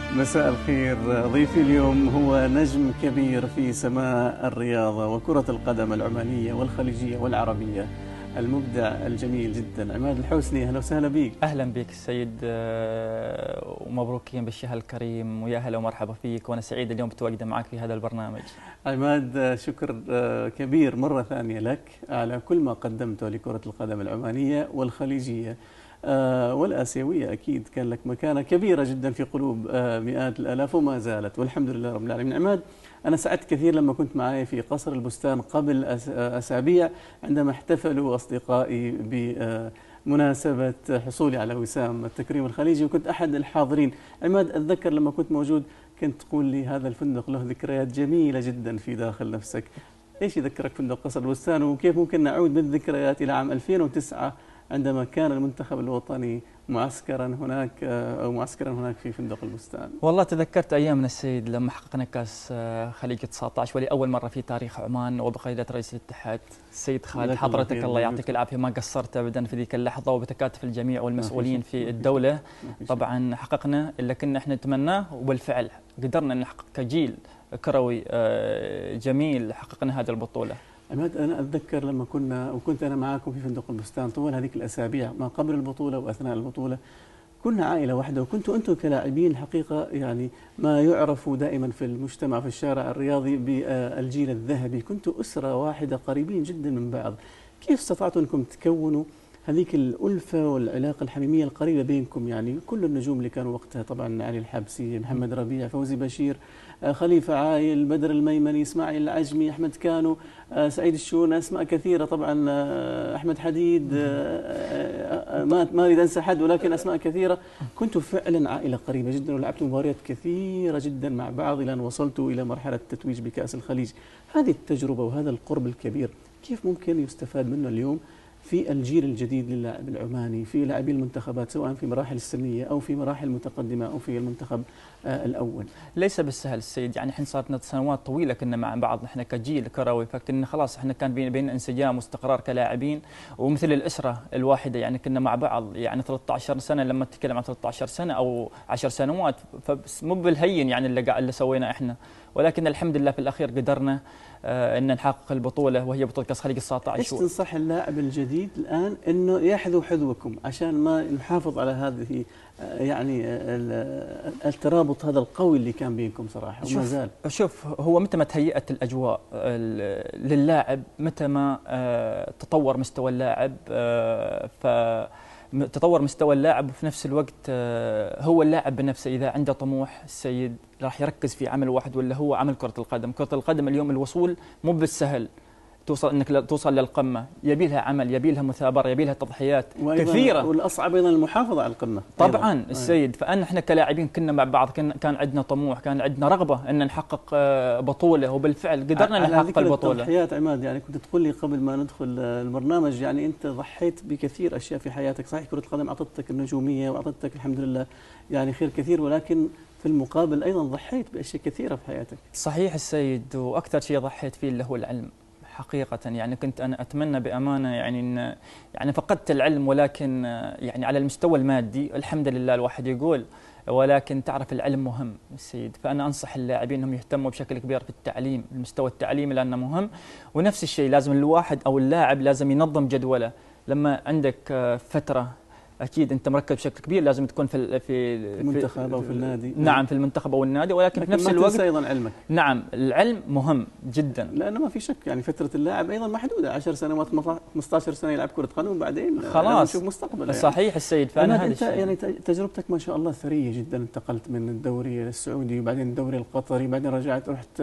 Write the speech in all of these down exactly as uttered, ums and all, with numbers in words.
مساء الخير. ضيفي اليوم هو نجم كبير في سماء الرياضة وكرة القدم العمانية والخليجية والعربية، المبدع الجميل جدا عماد الحوسني. أهلا وسهلا بك. أهلا بك السيد، ومبروكين بالشهر الكريم، ويا هلا ومرحبا فيك، وأنا سعيد اليوم بتواجد معك في هذا البرنامج. عماد، شكر كبير مرة ثانية لك على كل ما قدمته لكرة القدم العمانية والخليجية والآسيوية. أكيد كان لك مكانة كبيرة جدا في قلوب مئات الآلاف وما زالت، والحمد لله رب العالمين. عماد، أنا سعدت كثير لما كنت معي في قصر البستان قبل أسابيع عندما احتفلوا أصدقائي بمناسبة حصولي على وسام التكريم الخليجي، وكنت أحد الحاضرين. عماد، أتذكر لما كنت موجود كنت تقول لي هذا الفندق له ذكريات جميلة جدا في داخل نفسك. إيش يذكرك فندق قصر البستان، وكيف ممكن نعود بالذكريات إلى عام ألفين وتسعة عندما كان المنتخب الوطني معسكرا هناك أو معسكرا هناك في فندق البستان؟ والله تذكرت أيامنا السيد لما حققنا كأس خليج تسعة عشر ولأول مرة في تاريخ عمان وبقيادة رئيس الاتحاد السيد خالد حضرتك، الله يعطيك العافية، ما قصرت أبدا في ذيك اللحظة، وبتكاتف الجميع والمسؤولين في الدولة. طبعا حققنا اللي كنا احنا نتمناه، وبالفعل قدرنا أن نحقق كجيل كروي جميل، حققنا هذه البطولة. عماد، أنا أتذكر لما كنا وكنت أنا معكم في فندق البستان طوال هذيك الأسابيع ما قبل البطولة وأثناء البطولة، كنا عائلة واحدة، وكنتوا أنتم كلاعبين الحقيقة يعني ما يعرف دائما في المجتمع في الشارع الرياضي بالجيل الذهبي، كنتوا أسرة واحدة قريبين جدا من بعض. كيف استطعتوا أنكم تكونوا هذيك الألفة والعلاقة الحميمية القريبة بينكم؟ يعني كل النجوم اللي كانوا وقتها، طبعا علي الحبسي، محمد ربيع، فوزي بشير، خليفة عايل، بدر الميمني، اسماعيل العجمي، أحمد كانو، سعيد الشون، أسماء كثيرة طبعا، أحمد حديد، ما ما أريد أنسى حد، ولكن أسماء كثيرة. كنتوا فعلا عائلة قريبة جدا، ولعبتوا مباريات كثيرة جدا مع بعض إلى أن وصلتوا إلى مرحلة التتويج بكأس الخليج. هذه التجربة وهذا القرب الكبير كيف ممكن يستفاد منه اليوم في الجيل الجديد للاعب العماني، في لاعبي المنتخبات سواء في مراحل السنية أو في مراحل متقدمة أو في المنتخب الأول؟ ليس بالسهل السيد، يعني احنا صارت سنوات طويلة كنا مع بعض، احنا كجيل كروي، فكنا خلاص احنا كان بين بين انسجام واستقرار كلاعبين، ومثل الأسرة الواحدة، يعني كنا مع بعض يعني ثلاثة عشر سنة. لما تتكلم عن ثلاثة عشر سنة أو عشر سنوات فمو بالهين يعني اللي اللي سوينا احنا، ولكن الحمد لله في الأخير قدرنا آه ان نحقق البطولة، وهي بطولة كأس خليج تسعة عشر. ايش تنصح اللاعب الجديد الآن انه يحذو حذوكم عشان ما نحافظ على هذه يعني الترابط هذا القوي اللي كان بينكم صراحة وما زال؟ شوف، هو متى ما تهيأت الأجواء للاعب، متى ما تطور مستوى اللاعب، ف تطور مستوى اللاعب، وفي نفس الوقت هو اللاعب بنفسه إذا عنده طموح السيد راح يركز في عمل واحد، ولا هو عمل كرة القدم. كرة القدم اليوم الوصول مو بالسهل، توصل انك توصل للقمه، يبي لها عمل، يبي لها مثابره، يبي لها تضحيات كثيره، والاصعب ايضا المحافظه على القمه طبعا أيضاً. السيد، فان احنا كلاعبين كنا مع بعض، كان عندنا طموح، كان عندنا رغبه ان نحقق بطوله، وبالفعل قدرنا نحقق البطوله. التضحيات عماد، يعني كنت تقول لي قبل ما ندخل البرنامج يعني انت ضحيت بكثير اشياء في حياتك. صحيح كره القدم اعطتك النجوميه واعطتك الحمد لله يعني خير كثير، ولكن في المقابل ايضا ضحيت باشياء كثيره في حياتك. صحيح السيد، واكثر شيء ضحيت فيه اللي هو العلم حقيقة. يعني كنت أنا أتمنى بأمانة يعني إن يعني فقدت العلم، ولكن يعني على المستوى المادي الحمد لله الواحد يقول، ولكن تعرف العلم مهم السيد. فأنا أنصح اللاعبين أنهم يهتموا بشكل كبير في التعليم، المستوى التعليمي لأنه مهم. ونفس الشيء لازم الواحد أو اللاعب لازم ينظم جدوله. لما عندك فترة اكيد انت مركز بشكل كبير، لازم تكون في في المنتخب او في النادي. نعم، في المنتخب او النادي، ولكن في نفس الوقت ايضا علمك. نعم، العلم مهم جدا، لانه ما في شك يعني فتره اللاعب ايضا محدوده، عشر سنوات خمسة عشر سنه يلعب كره قدم وبعدين خلاص نشوف مستقبله. صحيح يعني. السيد، فانا هذا انت يعني تجربتك ما شاء الله ثريه جدا، انتقلت من الدوري السعودي وبعدين الدوري القطري، بعدين رجعت رحت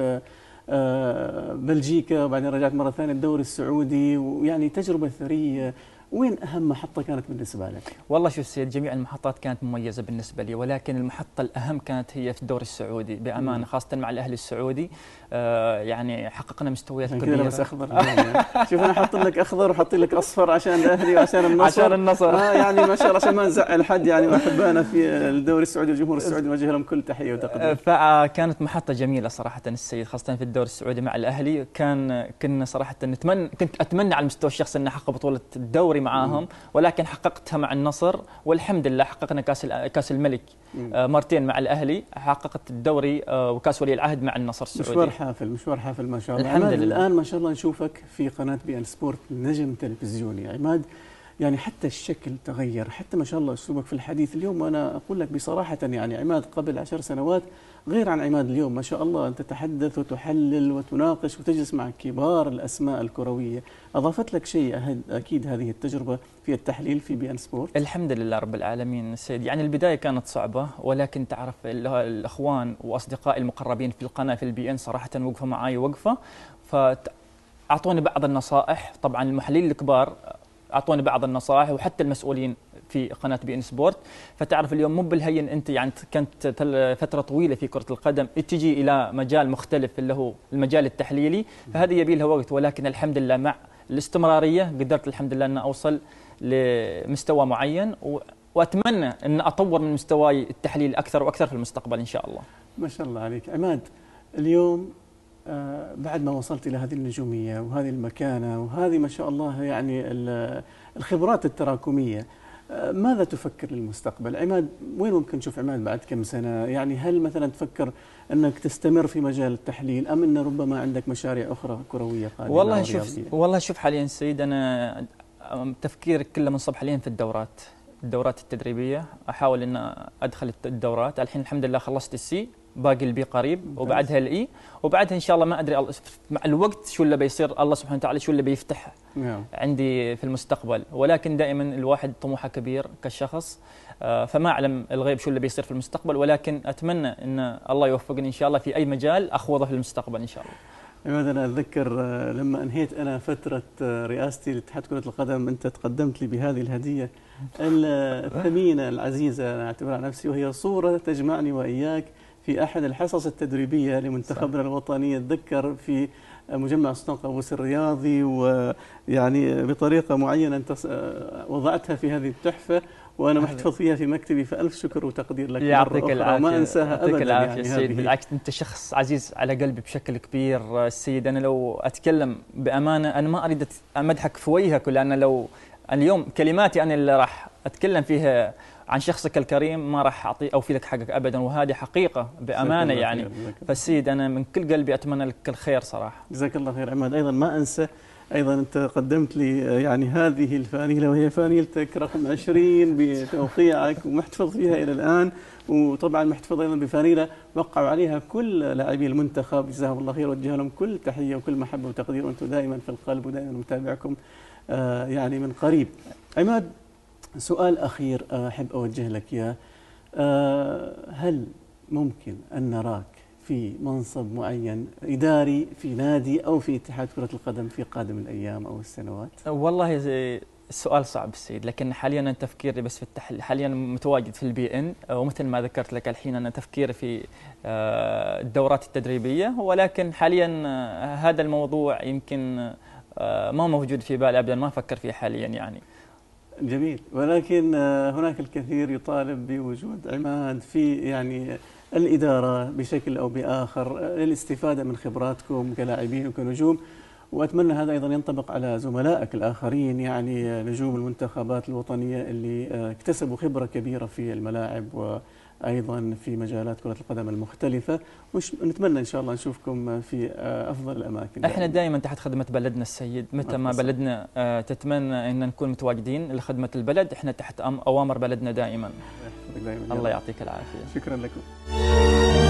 بلجيكا، وبعدين رجعت مره ثانيه الدوري السعودي، ويعني تجربه ثريه. وين أهم محطة كانت بالنسبة لك؟ والله شوف سيد، جميع المحطات كانت مميزة بالنسبة لي، ولكن المحطة الأهم كانت هي في الدوري السعودي بأمانة، خاصة مع الأهلي السعودي. آه يعني حققنا مستويات كبيرة. بس أخضر شوف أنا حاط لك أخضر وحاط لك أصفر عشان الأهلي وعشان النصر. عشان النصر آه يعني ما شاء الله، عشان ما نزعل حد يعني، وأحبائنا في الدوري السعودي والجمهور السعودي نوجه لهم كل تحية وتقدير. فكانت محطة جميلة صراحة السيد، خاصة في الدوري السعودي مع الأهلي. كان كنا صراحة نتمنى، كنت أتمنى على المستوى الشخصي أن أحقق بطولة الدوري معاهم، ولكن حققتها مع النصر، والحمد لله حققنا كاس كاس الملك مرتين مع الاهلي، حققت الدوري وكاس ولي العهد مع النصر السعودي. مشوار حافل، مشوار حافل ما شاء الله. الحمد عماد لله. الان ما شاء الله نشوفك في قناه بي ان سبورت نجم تلفزيوني. عماد يعني حتى الشكل تغير، حتى ما شاء الله اسلوبك في الحديث اليوم، وانا اقول لك بصراحه يعني عماد قبل عشر سنوات غير عن عماد اليوم، ما شاء الله انت تتحدث وتحلل وتناقش وتجلس مع كبار الاسماء الكرويه. اضافت لك شيء اكيد هذه التجربه في التحليل في بي ان سبورت؟ الحمد لله رب العالمين سيد. يعني البدايه كانت صعبه، ولكن تعرف الاخوان واصدقائي المقربين في القناه في البي ان صراحه وقفوا معي وقفه، فاعطوني بعض النصائح. طبعا المحللين الكبار اعطوني بعض النصائح، وحتى المسؤولين في قناه بي ان سبورت. فتعرف اليوم مو بالهين انت يعني كنت فتره طويله في كره القدم تجي الى مجال مختلف اللي هو المجال التحليلي، فهذه يبي لها وقت، ولكن الحمد لله مع الاستمراريه قدرت الحمد لله ان اوصل لمستوى معين، واتمنى ان اطور من مستواي التحليل اكثر واكثر في المستقبل ان شاء الله. ما شاء الله عليك عماد. اليوم آه بعد ما وصلت الى هذه النجوميه وهذه المكانه وهذه ما شاء الله يعني الخبرات التراكميه، آه ماذا تفكر للمستقبل؟ عماد وين ممكن نشوف عماد بعد كم سنه؟ يعني هل مثلا تفكر انك تستمر في مجال التحليل، ام ان ربما عندك مشاريع اخرى كرويه قادمه؟ والله شوف والله شوف حاليا سيد، انا تفكيري كله منصب حاليا في الدورات الدورات التدريبيه، احاول ان ادخل الدورات. الحين الحمد لله خلصت السي، باقي البي قريب، وبعدها الاي، وبعدها ان شاء الله ما ادري مع الوقت شو اللي بيصير، الله سبحانه وتعالى شو اللي بيفتح نعم. عندي في المستقبل، ولكن دائما الواحد طموحه كبير كشخص، فما اعلم الغيب شو اللي بيصير في المستقبل، ولكن اتمنى ان الله يوفقني ان شاء الله في اي مجال اخوضه في المستقبل ان شاء الله. عماد أنا أتذكر لما أنهيت أنا فترة رئاستي لاتحاد كرة القدم أنت تقدمت لي بهذه الهدية الثمينة العزيزة، أنا أعتبرها نفسي، وهي صورة تجمعني وإياك في أحد الحصص التدريبية لمنتخبنا الوطني. أتذكر في مجمع سلطان قابوس الرياضي، ويعني بطريقة معينة أنت وضعتها في هذه التحفة وأنا محتفظ فيها في مكتبي، فألف شكر وتقدير لك. يعطيك العافية، ما أنساها أبدا. يعني السيد بالعكس أنت شخص عزيز على قلبي بشكل كبير السيد. أنا لو أتكلم بأمانة أنا ما أريد أمدحك في وجهك، لأن لو اليوم كلماتي أنا اللي راح أتكلم فيها عن شخصك الكريم ما راح أعطي أوفي لك حقك أبدا، وهذه حقيقة بأمانة يعني. فالسيد أنا من كل قلبي أتمنى لك الخير صراحة. جزاك الله خير عماد. أيضا ما أنسى أيضا أنت قدمت لي يعني هذه الفانيلة، وهي فانيلتك رقم عشرين بتوقيعك ومحتفظ فيها إلى الآن، وطبعا محتفظ أيضا بفانيلة وقعوا عليها كل لاعبي المنتخب، جزاهم الله خير، وجه لهم كل تحية وكل محبة وتقدير، وأنتم دائما في القلب ودائما متابعكم آه يعني من قريب. عماد سؤال أخير أحب أوجه لك إياه، آه هل ممكن أن نراك في منصب معين إداري في نادي أو في اتحاد كرة القدم في قادم الأيام أو السنوات؟ والله السؤال صعب السيد، لكن حاليا أنا تفكيري بس في التحليل، حاليا متواجد في البي إن، ومثل ما ذكرت لك الحين أنا تفكيري في الدورات التدريبية، ولكن حاليا هذا الموضوع يمكن ما موجود في بالي أبدا، ما أفكر فيه حاليا يعني. جميل، ولكن هناك الكثير يطالب بوجود عماد في يعني الإدارة بشكل أو بآخر للاستفادة من خبراتكم كلاعبين وكنجوم، وأتمنى هذا أيضا ينطبق على زملائك الآخرين، يعني نجوم المنتخبات الوطنية اللي اكتسبوا خبرة كبيرة في الملاعب وأيضا في مجالات كرة القدم المختلفة، ونتمنى إن شاء الله نشوفكم في أفضل الأماكن. احنا دائما تحت خدمة بلدنا السيد، متى ما بلدنا تتمنى أن نكون متواجدين لخدمة البلد، احنا تحت أوامر بلدنا دائما. الله يعطيك العافية. شكرا لكم.